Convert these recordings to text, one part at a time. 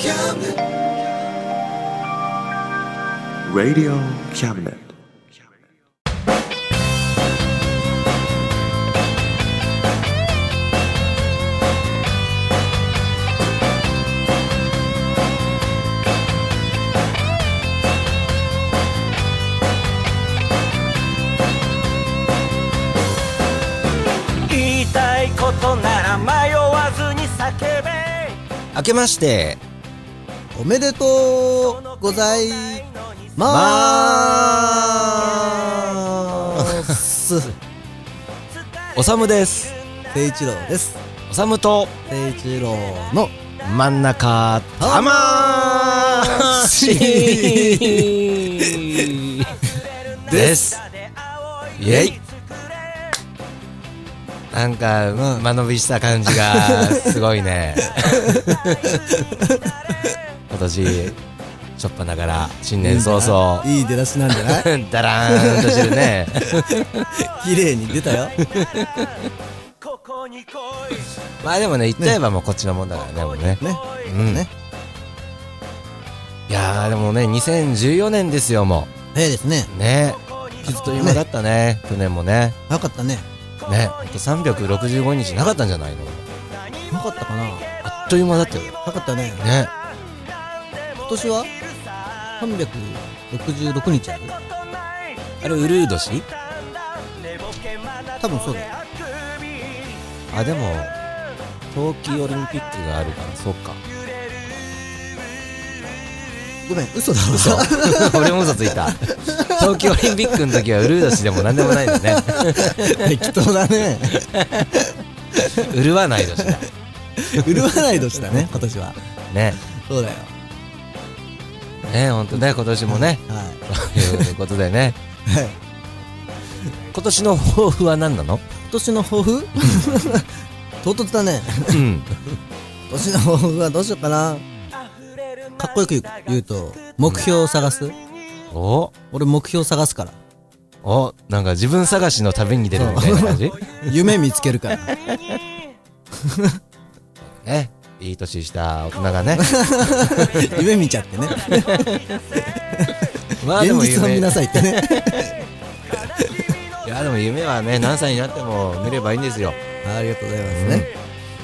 Radio Cabinet. 言いたいことなら迷わずに叫べ。 明けましておめでとうございますおさむです。 誠一郎です。 おさむと誠一郎の真ん中魂ですイエイ。なんか、間延びした感じがすごいね今年しょっぱながら新年早々 いい出だしなんじゃないダラーンとしてるね綺麗に出たよまあでもね、言っちゃえばもうこっちのもんだからね、もうね。 ね、 うんね。 いやーでもね、2014年ですよ、も早いですね。 うね。あっという間だったね、去年もね。 早かったね。 ね、ほんと365日なかったんじゃないの。 なかったかな。 あっという間だったよ。 なかったね。 ね。 今年は366日ある。 あれウルー年？ 多分そうだよ。 あ、でも冬季オリンピックがあるからそうか。 ごめん、嘘だろ。 嘘俺も嘘ついた。冬季オリンピックの時はウルー年でもなんでもないんだね適当だね潤わない年だ潤わない年だね、今年は。 ね。 そうだよね、ほんとね、今年もね、 はということでねい、はい、 今年の抱負は何なの？ 今年の抱負唐突だねうん今年の抱負はどうしようかな。かっこよく言うと目標を探す、 お俺目標探すから。 お、なんか自分探しの旅に出るみたいな感じ夢見つけるからね、いい年した大人がね夢見ちゃってねまあでも現実を見なさいってねいやでも夢はね、何歳になっても見ればいいんですよ。 ありがとうございますね、 ね、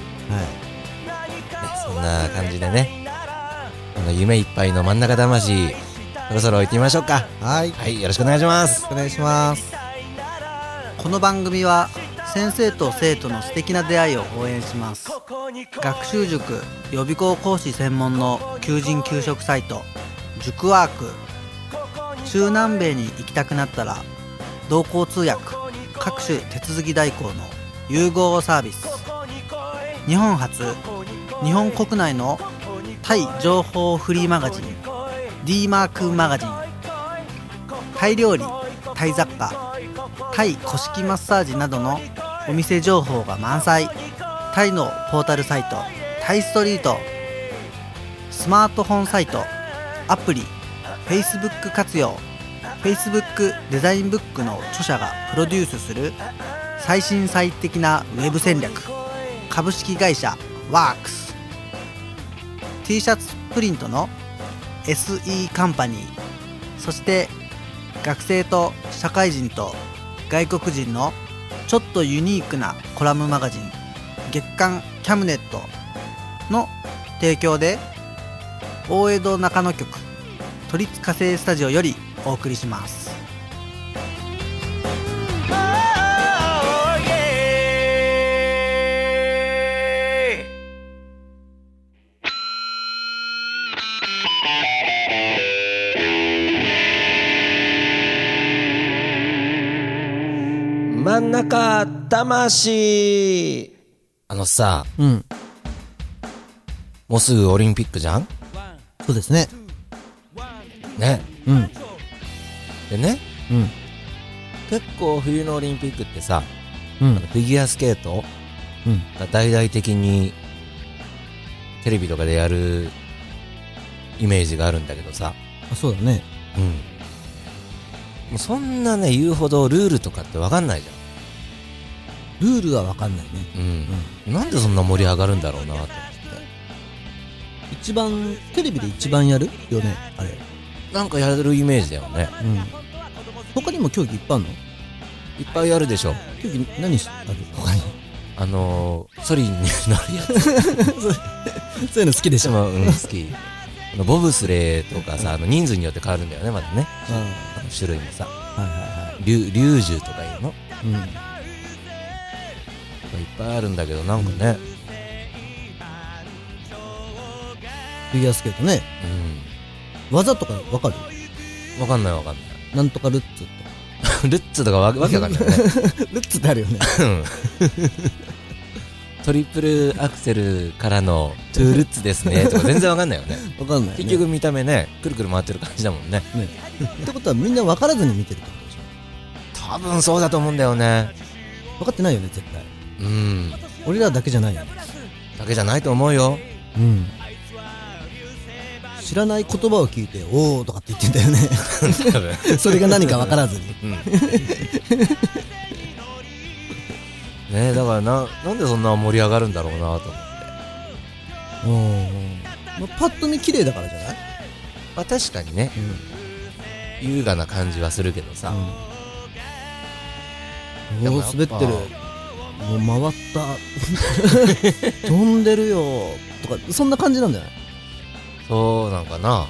そんな感じでね、この夢いっぱいの真ん中魂、そろそろ行ってみましょうか。 はい、 はい、よろしくお願いします。 お願いします。この番組は先生と生徒の素敵な出会いを応援します。学習塾予備校講師専門の求人・求職サイト塾ワーク。中南米に行きたくなったら同行通訳各種手続き代行の融合サービス。日本初、日本国内のタイ情報フリーマガジン D マークマガジン。タイ料理、タイ雑貨、タイ古式マッサージなどのお店情報が満載。タイのポータルサイトタイストリート。スマートフォンサイト、アプリ、 Facebook 活用。 Facebook デザインブックの著者がプロデュースする最新最適なウェブ戦略。株式会社ワークス。 T シャツプリントの SE カンパニー。そして学生と社会人と外国人のちょっとユニークなコラムマガジン月刊キャムネットの提供で、大江戸中野局都立火星スタジオよりお送りします。 真ん中魂。さ、 うん、 もうすぐオリンピックじゃん。 そうですね。 ね。 うん、 でね、 うん、 結構冬のオリンピックってさ、 うん、 フィギュアスケートが大々的にテレビとかでやるイメージがあるんだけどさ。 あ、そうだね。 うん。もうそんなね、言うほどルールとかって分かんないじゃん。 ルールは分かんないね。 うん。なんでそんな盛り上がるんだろうなと思って。 一番テレビで一番やるよねあれ。 なんかやるイメージだよね。 うん。他にも競技いっぱいあるの？ いっぱいあるでしょ。 競技何ある他に？ ソリに乗るやつそういうの好きでしょ。 好き。ボブスレーとかさ、人数によって変わるんだよね、まだね。種類もさ。 はいはいはい。 リュージュとかいうの。 うん。いっぱいあるんだけど、なんかね。 フィギュアスケートね。技とかわかる？ わかんないわかんない。 なんとかルッツと。ルッツとかわけわかんないね。 ルッツってあるよね。 トリプルアクセルからのトゥールッツですねとか全然わかんないよね。 わかんないね。 結局見た目ね、くるくる回ってる感じだもんね。 ってことはみんな分からずに見てるってことでしょ？ 多分そうだと思うんだよね。 分かってないよね絶対。 うん俺らだけじゃないよね。 だけじゃないと思うよ。 うん。知らない言葉を聞いておーとかって言ってんだよね。多分それが何か分からずに。 ねえ、だからなんでそんな盛り上がるんだろうなと思って。 まあ、パッと見綺麗だからじゃない？ まあ確かにね、優雅な感じはするけどさ。 おお滑ってる。もう回った飛んでるよとかそんな感じなんじゃない？ そうなんかな。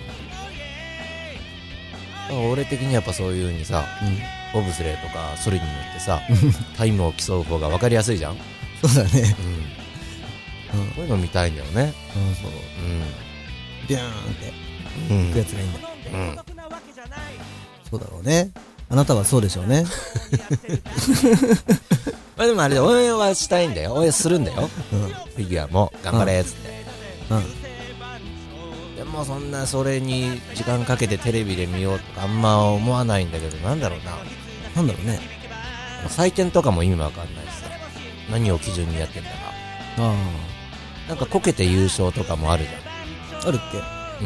俺的にやっぱそういう風にさ、ボブスレーとかソリに乗ってさタイムを競う方が分かりやすいじゃん。 そうだね。 こういうの見たいんだよね。 そう。ビャーンっていくやつがいいんだ。そうだろうね。あなたはそうでしょうね。 まあでもあれで応援はしたいんだよ。応援するんだよ。フィギュアも頑張れっつって。でもそれに時間かけてテレビで見ようとかあんま思わないんだけど、なんだろうな。 なんだろうね。 採点とかも意味わかんないしさ、何を基準にやってんだか。なんかこけて優勝とかもあるじゃん。あるっけ？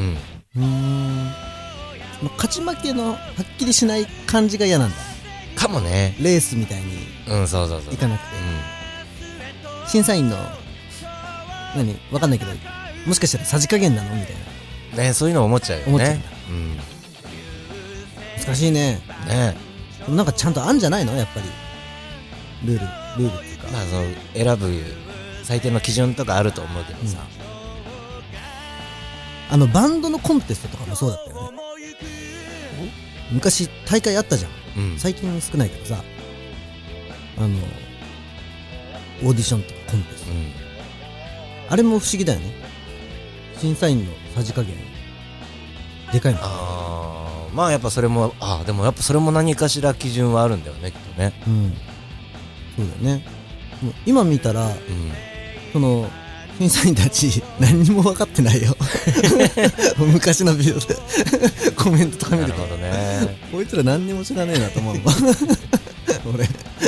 勝ち負けのはっきりしない感じが嫌なんだ。 かもね。 レースみたいにそういかなくて、審査員のわかんないけど、もしかしたらさじ加減なのみたいなね、そういうの思っちゃうよね。思っちゃうんだ。 難しいね。なんかちゃんとあんじゃないのやっぱりルールっていうか、 まあ選ぶ採点の基準とかあると思うけどさ、 バンドのコンテストとかもそうだったよね。昔大会あったじゃん、最近少ないけどさ、オーディションとかコンテスト、あれも不思議だよね。審査員のさじ加減でかいの。 まあやっぱそれもでもやっぱそれも何かしら基準はあるんだよね、きっとね。 そうだよね。もう今見たら、その審査員たち何にも分かってないよ。昔のビデオでコメントとか見ると、こいつら何にも知らねえなと思うわ。俺。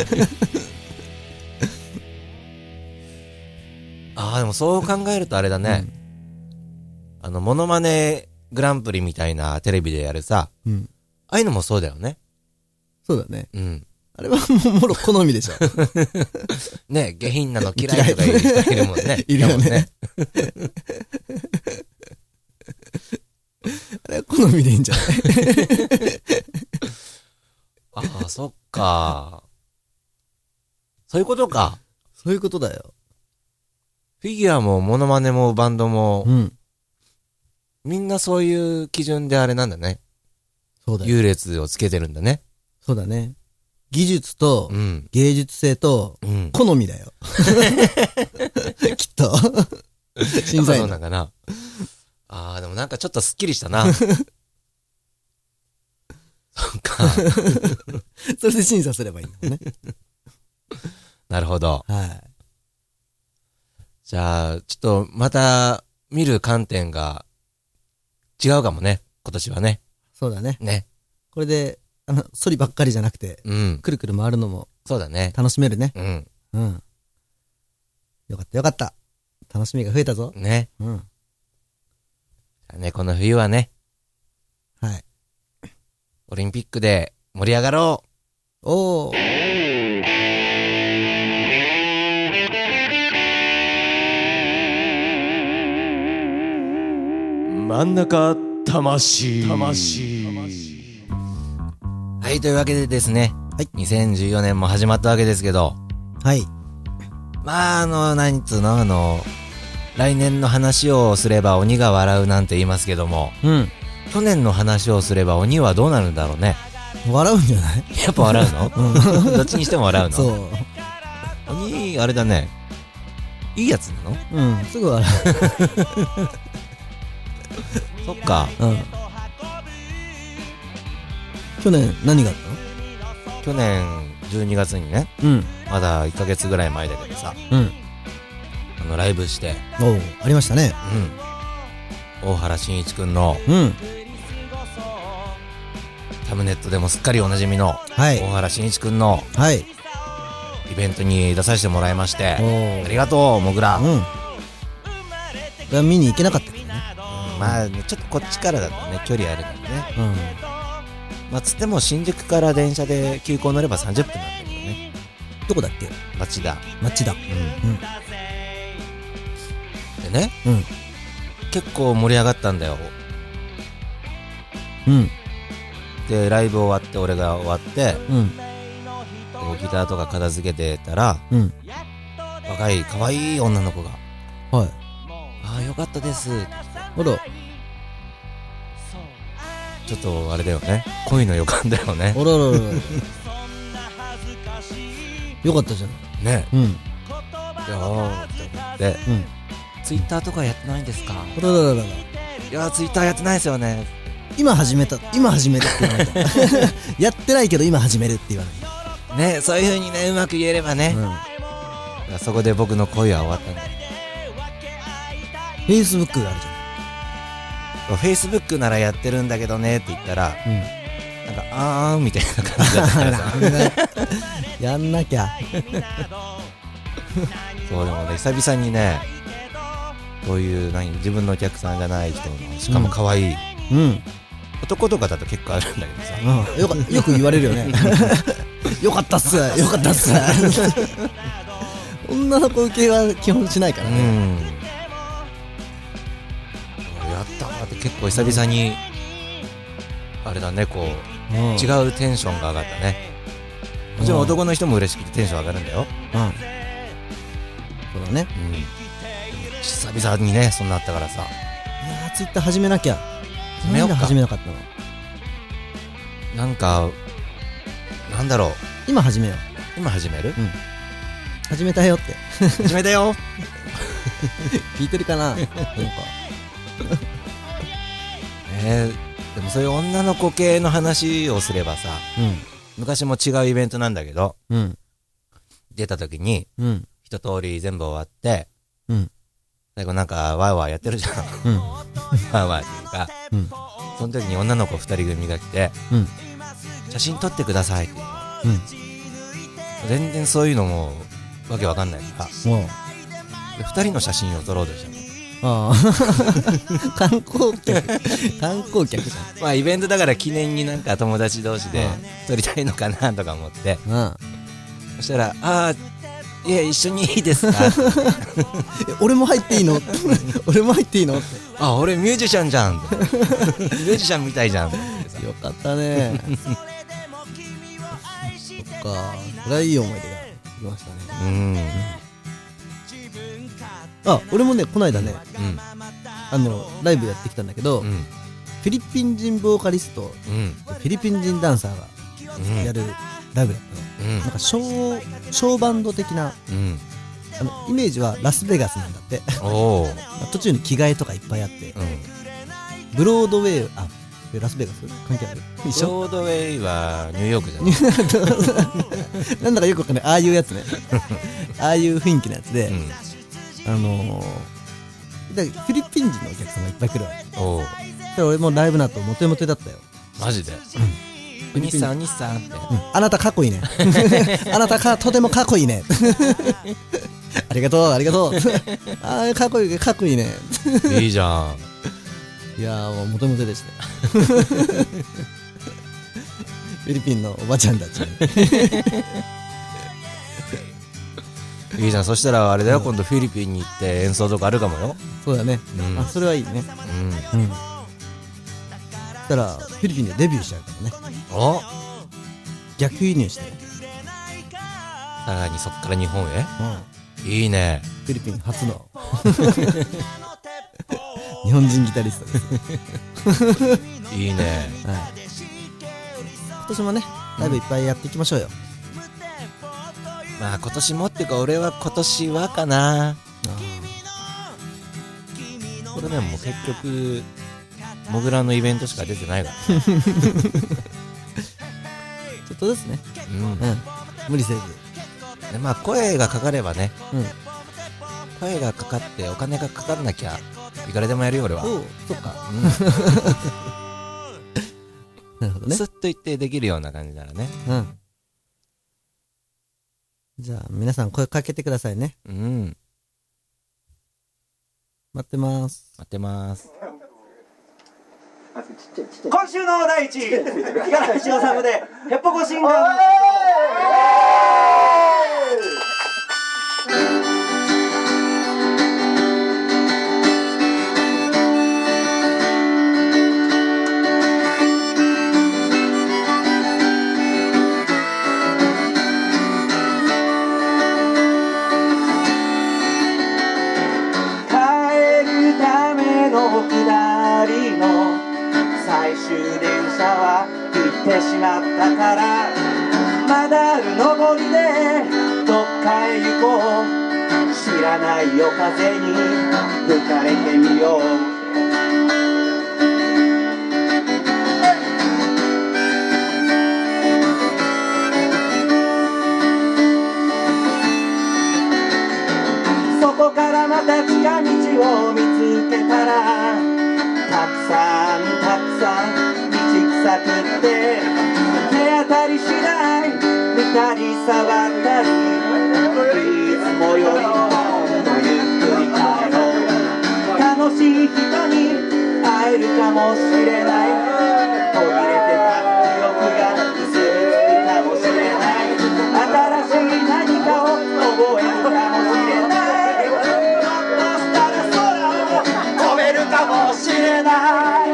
でもそう考えるとあれだね。モノマネグランプリみたいなテレビでやるさ、ああいうのもそうだよね。 そうだね。あれはもろ好みでしょ。 ね、下品なの嫌いとか言う人いるもんね。 いるよね。あれは好みでいいんじゃない？ そっか。そういうことか。 そういうことだよ。 フィギュアもモノマネもバンドも、みんなそういう基準であれなんだね。 そうだよ。 優劣をつけてるんだね。 そうだね。技術と芸術性と好みだよ。きっと。審査員。 そうなんかな。でもなんかちょっとスッキリしたな。そっか。 それで審査すればいいんだもんね。 なるほど。じゃあ、ちょっとまた見る観点が違うかもね、今年はね。 そうだね。 ね。 これで、ソリばっかりじゃなくて、くるくる回るのも、 そうだね。 楽しめるね。よかったよかった。楽しみが増えたぞ。 ね。じゃあね、この冬はね。オリンピックで盛り上がろう。 おー。 真ん中魂。 はい、というわけでですね。はい。2014年も始まったわけですけど。 はい。 まあ、何つうの、来年の話をすれば鬼が笑うなんて言いますけども。 うん。 去年の話をすれば鬼はどうなるんだろうね。 笑うんじゃない？ やっぱ笑うの？うん。どっちにしても笑うの？ そう。 鬼、あれだね。いいやつなの？ うん、すぐ笑う。 そっか。 うん。去年何があったの？ 去年12月にね、 うん。 まだ1ヶ月ぐらい前だけどさ、 うん。 ライブして、 おう、ありましたね。 うん。大原慎一くんの、 うん。 タムネットでもすっかりおなじみの、 はい。 大原慎一くんの、 はい。 イベントに出させてもらいまして、 おう。 ありがとう、もぐら。 うん。これは見に行けなかったけどね。 まあ、ちょっとこっちからだとね、距離あるからね。 うん。 まあ、つっても新宿から電車で急行乗れば30分なんだけどね。 どこだっけ？ 町田。 町田。うん。 でね、 うん。 結構盛り上がったんだよ。 うん。 で、ライブ終わって俺が終わって、 うん。 こうギターとか片付けてたら、 うん。 若い可愛い女の子が、 はい。 ああよかったですってあら。 ちょっとあれだよね、恋の予感だよね。 あらららら。よかったじゃん。 ね。 うん。 いやーって思って、 うん。 ツイッターとかやってないんですか？ あららららら。 いやーツイッターやってないですよね。 今始めるって言われた。やってないけど今始めるって言われね、そういう風にね、うまく言えればね。そこで僕の恋は終わったんだよ。 Facebook があるじ Facebook ならやってるんだけどねって言ったら、 ゃん。 なんかあーんみたいな感じだったからさ。 やんなきゃ。 そうでもね、久々にね、こういう自分のお客さんじゃない人の、しかも可愛い、 うん。 男とかだと結構あるんだけどさ、 よく言われるよね。よかったっす、よかったっす。女の子受けは基本しないからね。 やったーって結構久々にあれだね、こう違うテンションが上がったね。もちろん男の人も嬉しくてテンション上がるんだよ。 そうだね。 久々にね、そんなあったからさ。 いやー、ツイッター始めなきゃ。 始めようか。 始めなかったの。 なんかなんだろう。 今始めよう。 今始める？ 始めたよって。 始めたよ。 聞いてるかな？なんか。 でもそういう女の子系の話をすればさ、昔も違うイベントなんだけど、出た時に、一通り全部終わって、最後なんかワーワーやってるじゃん。ワーワーっていうか、その時に女の子2人組が来て、写真撮ってくださいって言うの。全然そういうのもわけわかんないから、2人の写真を撮ろうとしたの。 観光客じゃん。 まあイベントだから記念になんか友達同士で撮りたいのかなとか思って、そしたらいや一緒にいいですか？ 俺も入っていいの？俺も入っていいの？ 俺ミュージシャンじゃん。ミュージシャンみたいじゃん。よかったね。そっか、それはいい思い出ができましたね。俺もね、この間ね、ライブやってきたんだけど、フィリピン人ボーカリスト、フィリピン人ダンサーがやるライブだったの。なんかショーバンド的な、イメージはラスベガスなんだって。途中に着替えとかいっぱいあって、ブロードウェイ、ラスベガス関係ある？ ブロードウェイはニューヨークじゃない？ なんだかよくわかんない、ああいうやつね。ああいう雰囲気のやつで、フィリピン人のお客さんがいっぱい来るわけ。俺もライブの後モテモテだったよ。 マジで？お兄さんお兄さんって、 あなたかっこいいね。あなたとてもかっこいいね。ありがとうありがとう。かっこいいかっこいいね。 いいじゃん。 いやー、もうモテモテでした。フィリピンのおばちゃんたち。 いいじゃん。そしたらあれだよ、今度フィリピンに行って演奏とかあるかもよ。 そうだね、あ、それはいいね。そしたらフィリピンでデビューしちゃうからね。 お、 逆輸入して、 さらにそっから日本へ。いいね。 フィリピン初の日本人ギタリストです。 いいね。 今年もねライブいっぱいやっていきましょうよ。 まあ今年もっていうか、俺は今年はかな。これね、もう結局モグラのイベントしか出てないから、 ちょっとですね、無理せずで、まあ声がかかればね、声がかかってお金がかかんなきゃいくらでもやるよ俺は。 そっか、なるほどね。 スッと言ってできるような感じならね。 じゃあ皆さん声かけてくださいね。待ってます。 待ってます。 今週の第一位、五十嵐千代でヘッポコシンガー。しまったから、まだある上りでどっかへ行こう。知らない夜風に吹かれてみよう。そこからまた近道を見つけたら、たくさんたくさん道草食って手当たりしない、見たり触ったり、いつもよりもゆっくり帰ろう。楽しい人に会えるかもしれない、途切れてた記憶が結びつくかもしれない、新しい何かを覚えるかもしれない、ひょっとしたら空を飛べるかもしれない。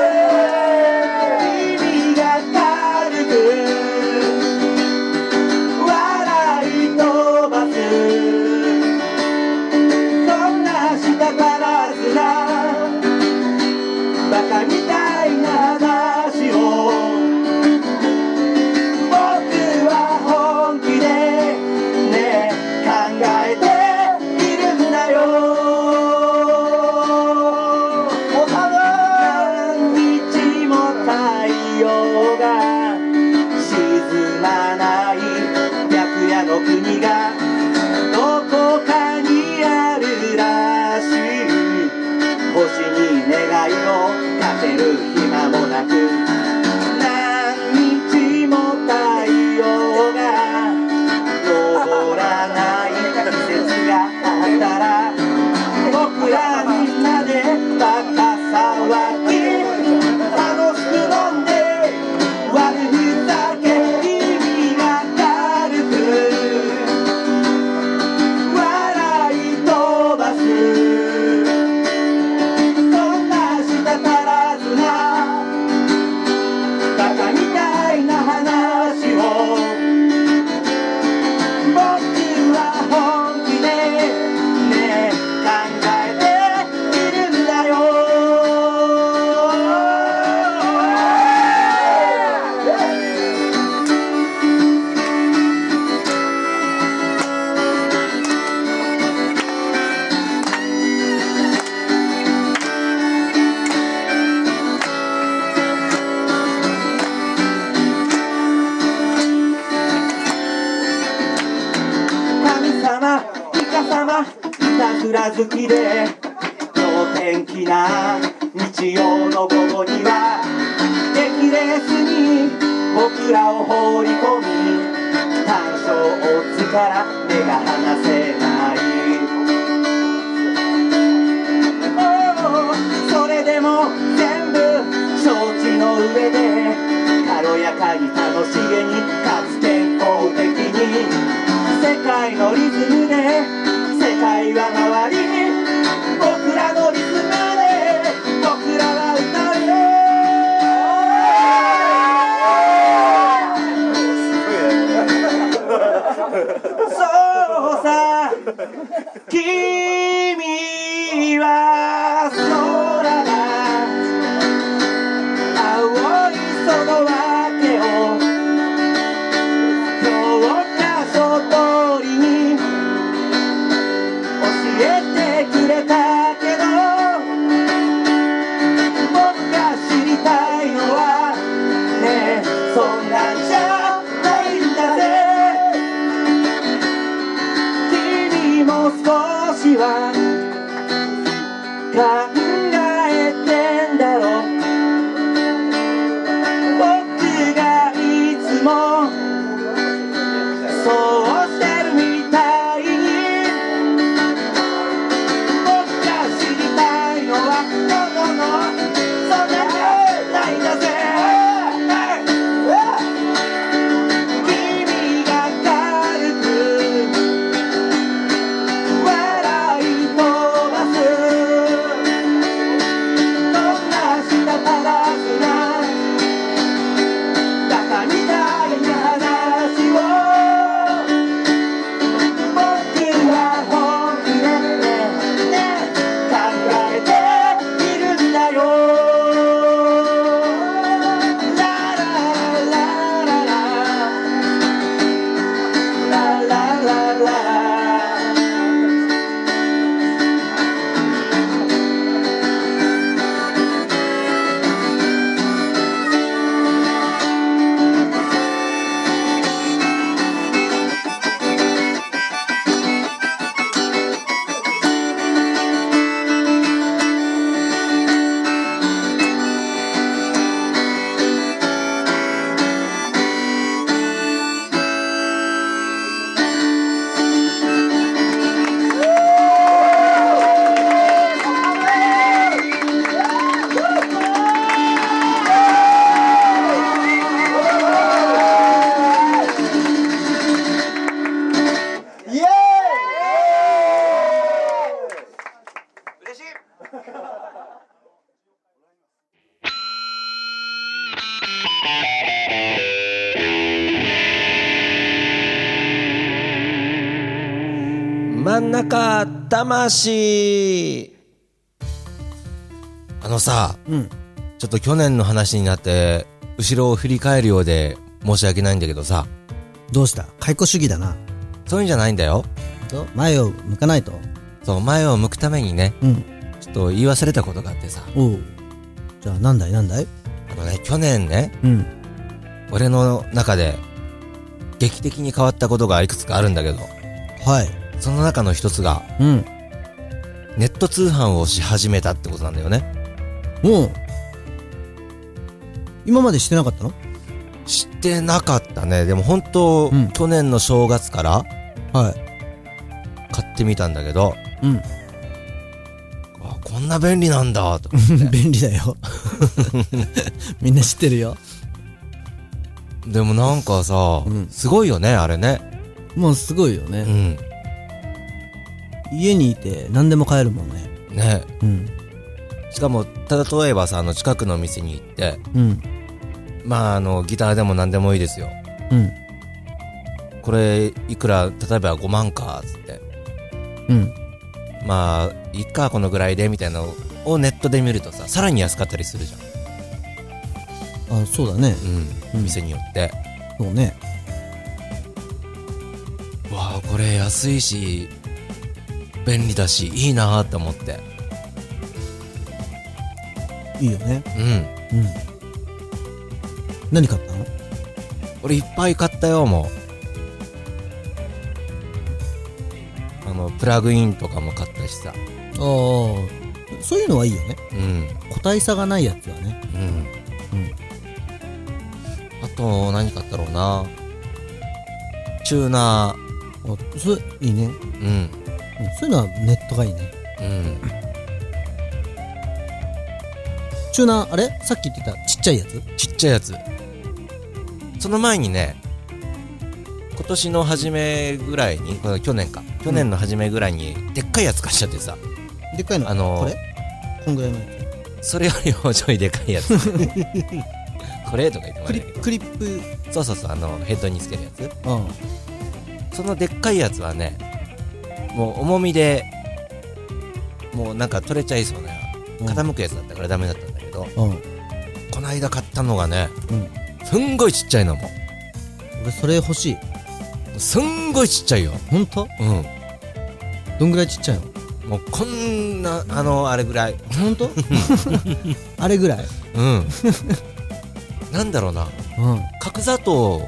バカみたいな話を僕は本気でね考えているんだよ。何日も太陽が沈まない白夜の国がどこかにあるらしい。星に願いをかける暇もなく、何日も太陽が昇らない季節があったら、僕らみんなでバカ騒ぎ楽しく飲んで悪ふざけ、耳が軽く笑い飛ばす。好きで能天気な日曜の午後には激レースに僕らを放り込み、単勝オッズから目が離せない。それでも全部承知の上で軽やかに楽しげにかつ健康的に世界のリズムで世界は回り僕らのリズムで僕らは歌うそうさ君は空だ青いその訳を教科書通りに教えてくれたけど僕が知りたいのはねえそんなんじゃないんだぜ君も少しは考えてんだろ僕がいつもそうしてるみたいに僕が知りたいのはのそんなんじゃないんだぜ君が軽く笑い飛ばすどんなしたたらずなバカみたいな話を僕は本気でね考えているんだよララララララララララ真ん中魂。あのさ、ちょっと去年の話になって後ろを振り返るようで申し訳ないんだけどさ。 どうした？解雇主義だな。 そういうんじゃないんだよ。 前を向かないと。 そう、前を向くためにね、ちょっと言い忘れたことがあってさ。 おう。じゃあなんだい去年ね、俺の中で劇的に変わったことがいくつかあるんだけど、 はい。 その中の一つが、ネット通販をし始めたってことなんだよね。 今までしてなかったの？ してなかったね。でも本当、去年の正月から買ってみたんだけど、あ、こんな便利なんだと思って便利だよみんな知ってるよ。 でもなんかさ、すごいよね、あれね。 もうすごいよね。家にいて何でも買えるもんね。 ね。しかも例えばさ、近くの店に行って、まあギターでも何でもいいですよ。これいくら、例えば5万かつって、まあいっかこのぐらいでみたいなのをネットで見るとさ、さらに安かったりするじゃん。 あ、そうだね。 店によって。 そうね。 わあ、これ安いし便利だしいいなーって思って。 いいよね。何買ったの？ 俺いっぱい買ったよ。もうプラグインとかも買ったしさ。 そういうのはいいよね。個体差がないやつはね。 あと何買ったろうな。チューナー。それいいね。そういうのはネットがいいね。チューナー、あれさっき言ってたちっちゃいやつ？ ちっちゃいやつ。その前にね、今年の初めぐらいに、これ去年の初めぐらいにでっかいやつ買っちゃってさ。 でっかいの、これこんぐらいのやつ。それよりもちょいでかいやつこれとか言ってもらえるけど、 クリップ、 そうそうそう、ヘッドにつけるやつ。そのでっかいやつはね、もう重みでもうなんか取れちゃいそうな傾くやつだったからダメだったんだけど、この間買ったのがね、すんごいちっちゃいのも。 俺それ欲しい。 すんごいちっちゃいよ。 ほんと？どんぐらいちっちゃいの？ もうこんなあれぐらい。 ほんと？あれぐらい？ なんだろうな、角砂糖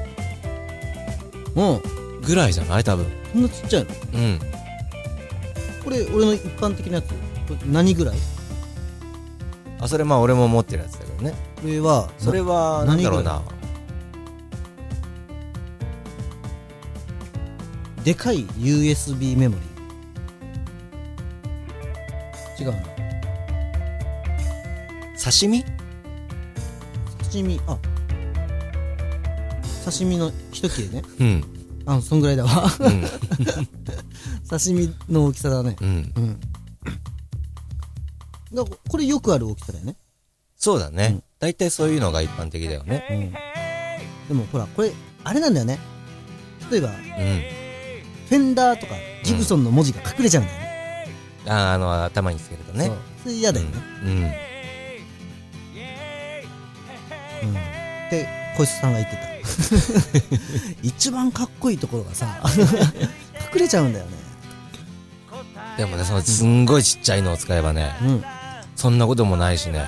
ぐらいじゃない多分。 そんなちっちゃいの？これ俺の一般的なやつ。何ぐらい？ それ俺も持ってるやつだけどね。それはなんだろうな、 でかい USB メモリー。違うな。 刺身刺身の一切れね。そんぐらいだわ。刺身の大きさだね。これよくある大きさだよね。 そうだね。だいたいそういうのが一般的だよね。 でもほらこれあれなんだよね。例えば、フェンダーとかギブソンの文字が隠れちゃうんだよね。 頭につけるとね。 それ嫌だよね。で小石さんが言ってた。一番かっこいいところがさ隠れちゃうんだよね。 でもね、そのすんごいちっちゃいのを使えばね、そんなこともないしね。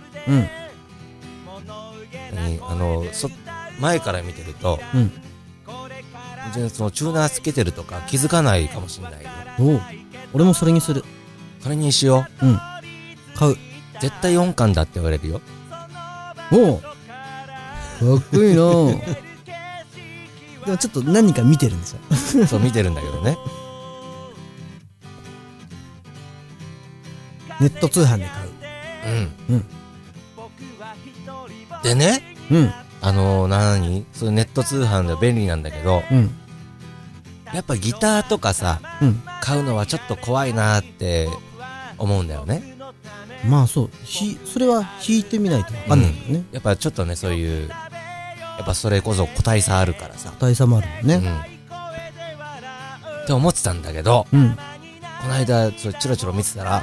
前から見てると、全然そのチューナーつけてるとか気づかないかもしれないよ。 俺もそれにする。 それにしよう。 買う。 絶対4巻だって言われるよ。 かっこいいな。でもちょっと何か見てるんですよ。 そう見てるんだけどね。 ネット通販で買う。 でね、そういうネット通販で便利なんだけど、やっぱギターとかさ、買うのはちょっと怖いなって思うんだよね。 そう。それは弾いてみないと分かんないよね。 やっぱちょっとね、そういうやっぱそれこそ個体差あるからさ。 個体差もあるもんね。 って思ってたんだけど、この間チロチロ見てたら、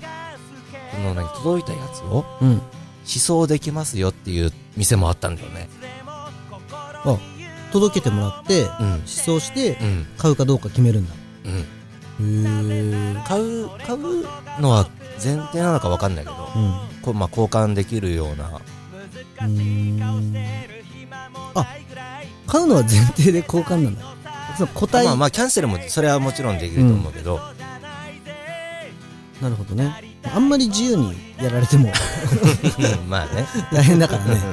届いたやつを試奏できますよっていう店もあったんだよね。 届けてもらって試奏して買うかどうか決めるんだ。 買うのは前提なのか分かんないけど、交換できるような。 買うのは前提で交換なんだ。その個体。 キャンセルもそれはもちろんできると思うけど。 なるほどね。あんまり自由にやられてもまあね、 大変だからね。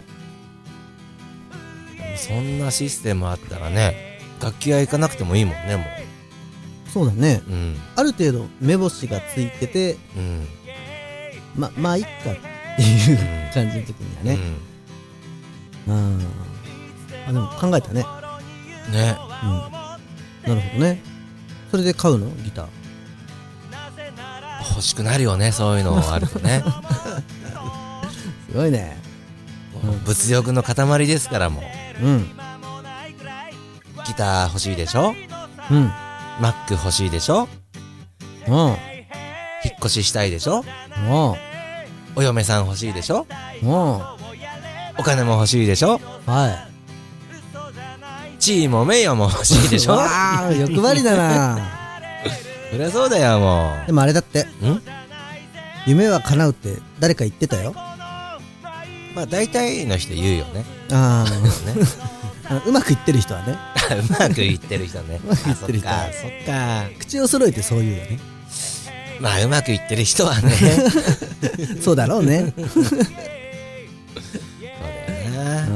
そんなシステムあったらね、楽器屋行かなくてもいいもんね。もうそうだね。ある程度目星がついてて、いっかっていう感じの時にはね。でも考えたね。なるほどね。それで買うの？ギター欲しくなるよね、そういうのあるとね。 すごいね。 物欲の塊ですから。もうギター欲しいでしょ。マック欲しいでしょ。引っ越ししたいでしょ。お嫁さん欲しいでしょ。お金も欲しいでしょ。地位も名誉も欲しいでしょ。 欲張りだな。 そりゃそうだよ。もうでもあれだって、夢は叶うって誰か言ってたよ。 大体の人言うよね。 うまくいってる人はね。 うまくいってる人ね。 そっか。口を揃えてそう言うよね。 うまくいってる人はね。 そうだろうね。 そうだよな。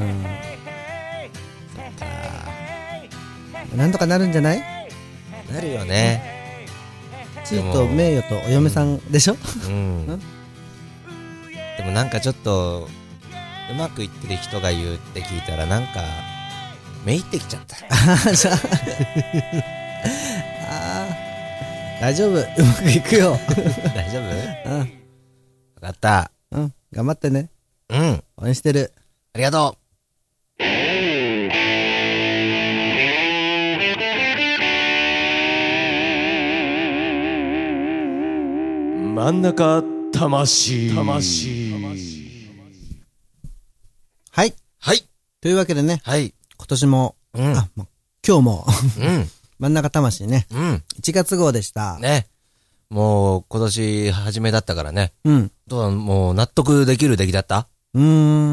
なんとかなるんじゃない？ なるよね。 地位と名誉とお嫁さんでしょ。 でもなんかちょっとうまくいってる人が言うって聞いたらなんかめいってきちゃった。 じゃあ大丈夫、うまくいくよ。 大丈夫？ うん。 分かった。 うん。頑張ってね。 うん。 応援してる。 ありがとう。 真ん中魂。 はい。 はい。 というわけでね。 はい。 今年も、 うん。 今日も、 うん。 真ん中魂ね。 うん。 1月号でした。 ね。もう、今年初めだったからね。 うん。 もう、納得できる出来だった？ 大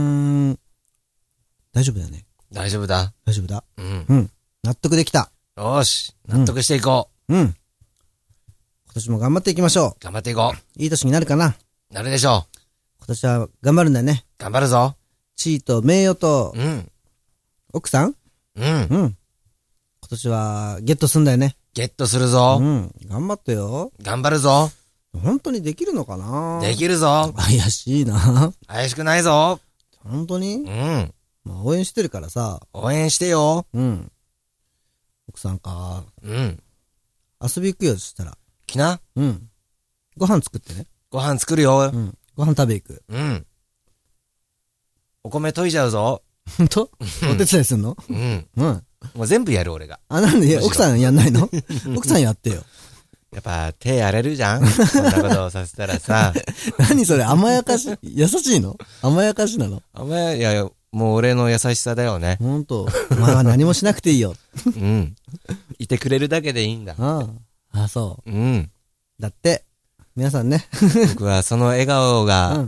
丈夫だよね。 大丈夫だ。 大丈夫だ。 うん。 うん。納得できた。 よし。納得していこう。うん。今年も頑張っていきましょう。頑張っていこう。いい年になるかな。 なるでしょう。 今年は頑張るんだよね。 頑張るぞ。 地位と名誉と、 うん。 奥さん？ うん。うん。 今年はゲットすんだよね。 ゲットするぞ。 うん。頑張ってよ。 頑張るぞ。 本当にできるのかな？ できるぞ。 怪しいな。 怪しくないぞ。 本当に？ うん。 まあ応援してるからさ。 応援してよ。 うん。奥さんか。 うん。 遊び行くよ、そしたら。 来な。 うん。ご飯作ってね。 ご飯作るよ。 うん。ご飯食べ行く。 うん。お米研いじゃうぞ。 ほんと？お手伝いすんの？ うん。 うん。 もう全部やる俺が。 あ、なんで奥さんやんないの？奥さんやってよ。 やっぱ手荒れるじゃんそんなことをさせたらさ。 何それ甘やかし、優しいの？甘やかしなの？ いや、もう俺の優しさだよね。 ほんと。お前は何もしなくていいよ。 うん。いてくれるだけでいいんだ。 あ、そう。 うん。 だって、皆さんね。 僕はその笑顔が、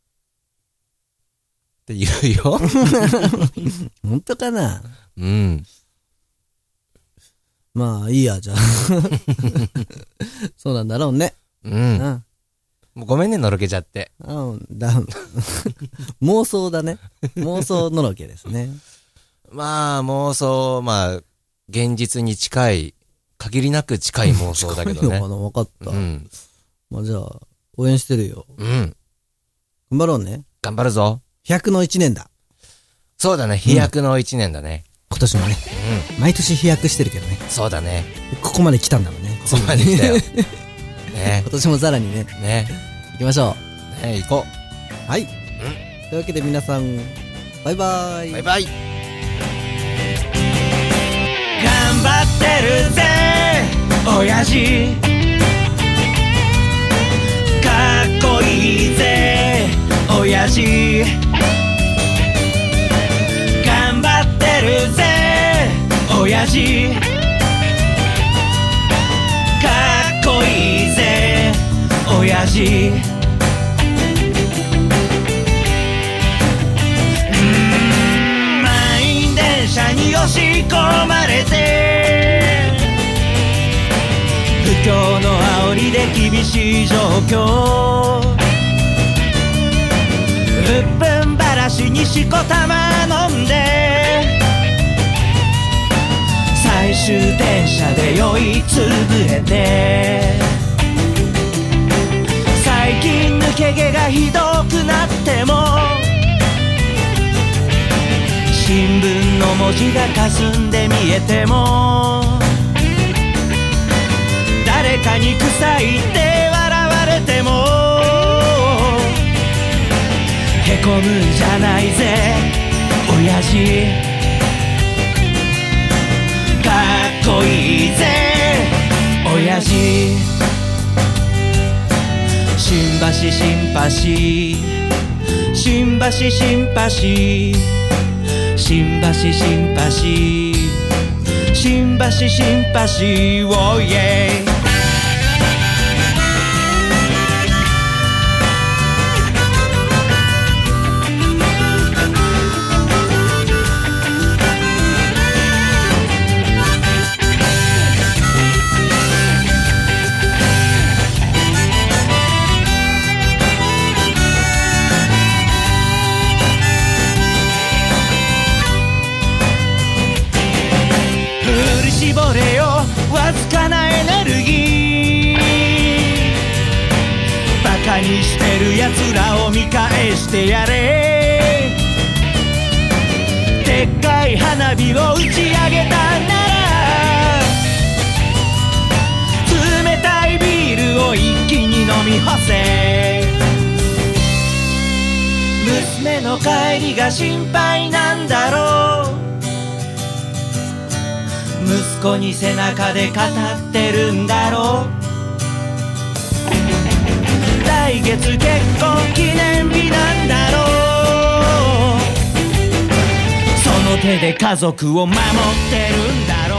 って言うよ。 本当かな？ うん。 まあ、いいや、じゃあ。そうなんだろうね。 うん。もうごめんね、のろけちゃって。 妄想だね。妄想のろけですね。 まあ、妄想、現実に近い、限りなく近い妄想だけどね。 近いのかな？わかった。 うん。 まあ、じゃあ、応援してるよ。 うん。 頑張ろうね。 頑張るぞ。 飛躍の一年だ。 そうだね、飛躍の一年だね。 今年もね。うん。毎年飛躍してるけどね。 そうだね。 ここまで来たんだもんね。 ここまで来たよ。ね。 今年もさらにね。 ね。 行きましょう。ね、行こう。はい。というわけで皆さん、バイバイ。 バイバイ。 頑張ってるぜ、親父。かっこいいぜ、親父。頑張ってるぜ、親父。かっこいいぜ、親父。満員電車に押し込まれて、不況の煽りで厳しい状況。うっぷんばらしにしこたま飲んで、最終電車で酔いつぶれて、最近抜け毛がひどくなっても、新聞の文字が霞んで見えても、誰かに臭いって笑われても、へこむんじゃないぜ親父。かっこいいぜ親父。新橋新橋新橋新橋新橋新橋新橋新橋おーイエイ。絞れよわずかなエネルギー、バカにしてるやつらを見返してやれ。でっかいい花火を打ち上げたなら冷たいビールを一気に飲み干せ娘の帰りが心配なんだろう息子に背中で語ってるんだろう来月結婚記念日なんだろうその手で家族を守ってるんだろ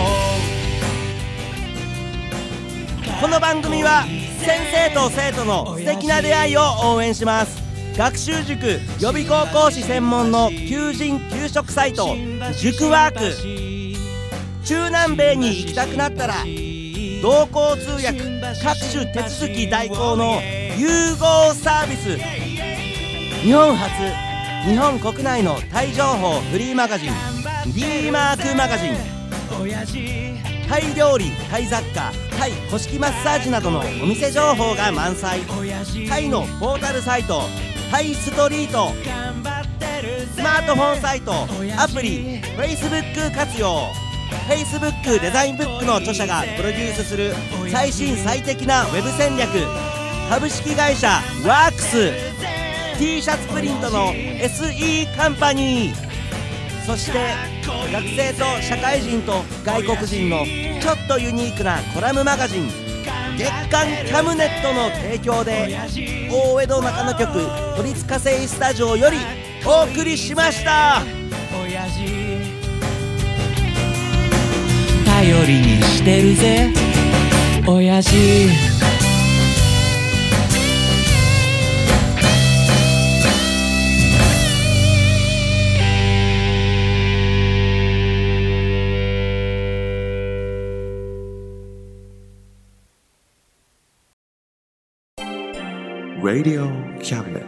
うこの番組は先生と生徒の素敵な出会いを応援します学習塾予備校講師専門の求人・求職サイト塾ワーク中南米に行きたくなったら同行通訳各種手続き代行の融合サービス日本初日本国内のタイ情報フリーマガジン D マークマガジンタイ料理、タイ雑貨、タイ古式マッサージなどのお店情報が満載タイのポータルサイトタイストリートスマートフォンサイトアプリ Facebook 活用 Facebook デザインブックの著者がプロデュースする最新最適なウェブ戦略株式会社ワークス T シャツプリントの SE カンパニーそして学生と社会人と外国人のちょっとユニークなコラムマガジン月刊キャムネットの提供で大江戸中野局都立火星スタジオよりお送りしました頼りにしてるぜ親父 Radio Cabinet.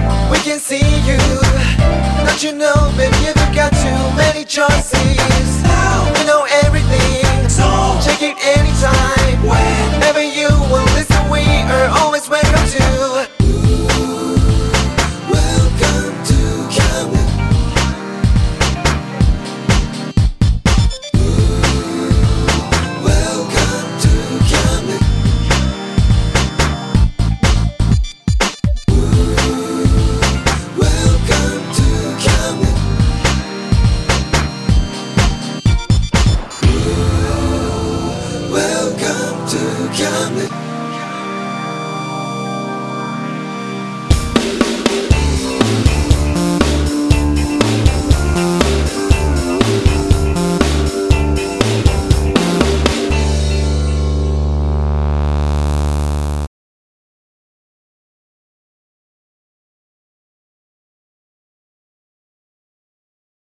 You know, baby, you've got too many choices.